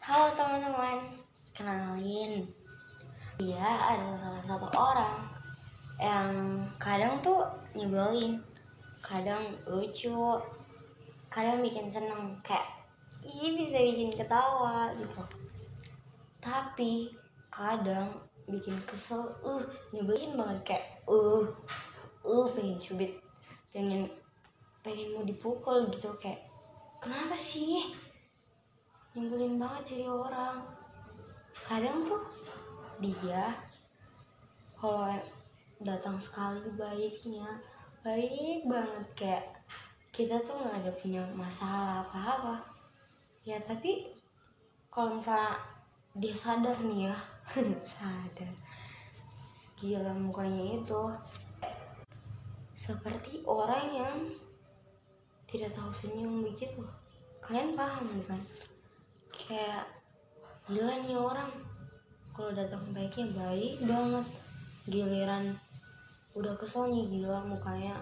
Halo teman-teman, kenalin, dia adalah salah satu orang yang kadang tuh nyebelin, kadang lucu, kadang bikin seneng, kayak bisa bikin ketawa gitu. Tapi kadang bikin kesel, nyebelin banget, kayak pengen cubit, pengen mau dipukul gitu, kayak kenapa sih? Nyebelin banget jadi orang. Kadang tuh dia kalau datang sekali baiknya baik banget, kayak kita tuh nggak ada punya masalah apa-apa ya. Tapi kalau misalnya dia sadar nih ya sadar, gila mukanya itu seperti orang yang tidak tahu senyum begitu. Kalian paham bukan? Kayak gila nih orang, kalau datang baiknya baik banget, giliran udah kesel nih gila mukanya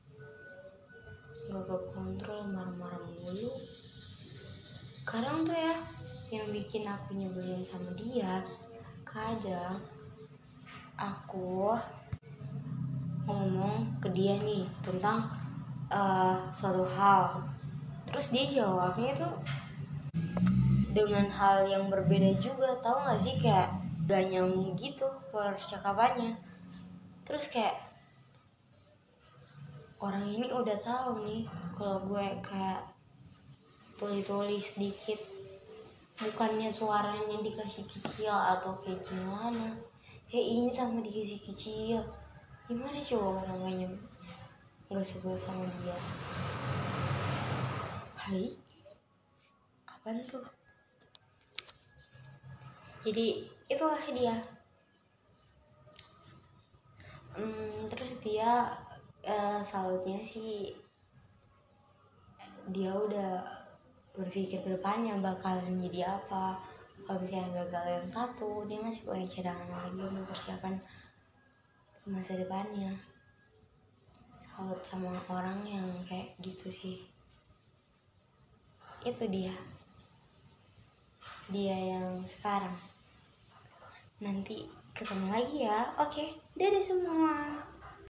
gak kekontrol, marah-marah mulu. Kadang tuh ya yang bikin aku nyebelin sama dia, kadang aku ngomong ke dia nih tentang suatu hal, terus dia jawabnya tuh dengan hal yang berbeda juga. Tahu gak sih, kayak gak nyambung gitu percakapannya. Terus kayak orang ini udah tahu nih kalau gue kayak tulis dikit, bukannya suaranya dikasih kecil atau kayak gimana, ini tambah dikasih kecil. Gimana coba ngomongnya nggak sebel sama dia? Hai, apaan tuh? Jadi itulah dia. Terus dia salutnya sih dia udah berpikir ke depannya bakal menjadi apa. Kalau misalnya gagal yang satu, dia masih punya cadangan lagi untuk persiapan masa depannya. Salut sama orang yang kayak gitu sih. Itu dia yang sekarang. Nanti ketemu lagi ya. Oke, dadah semua.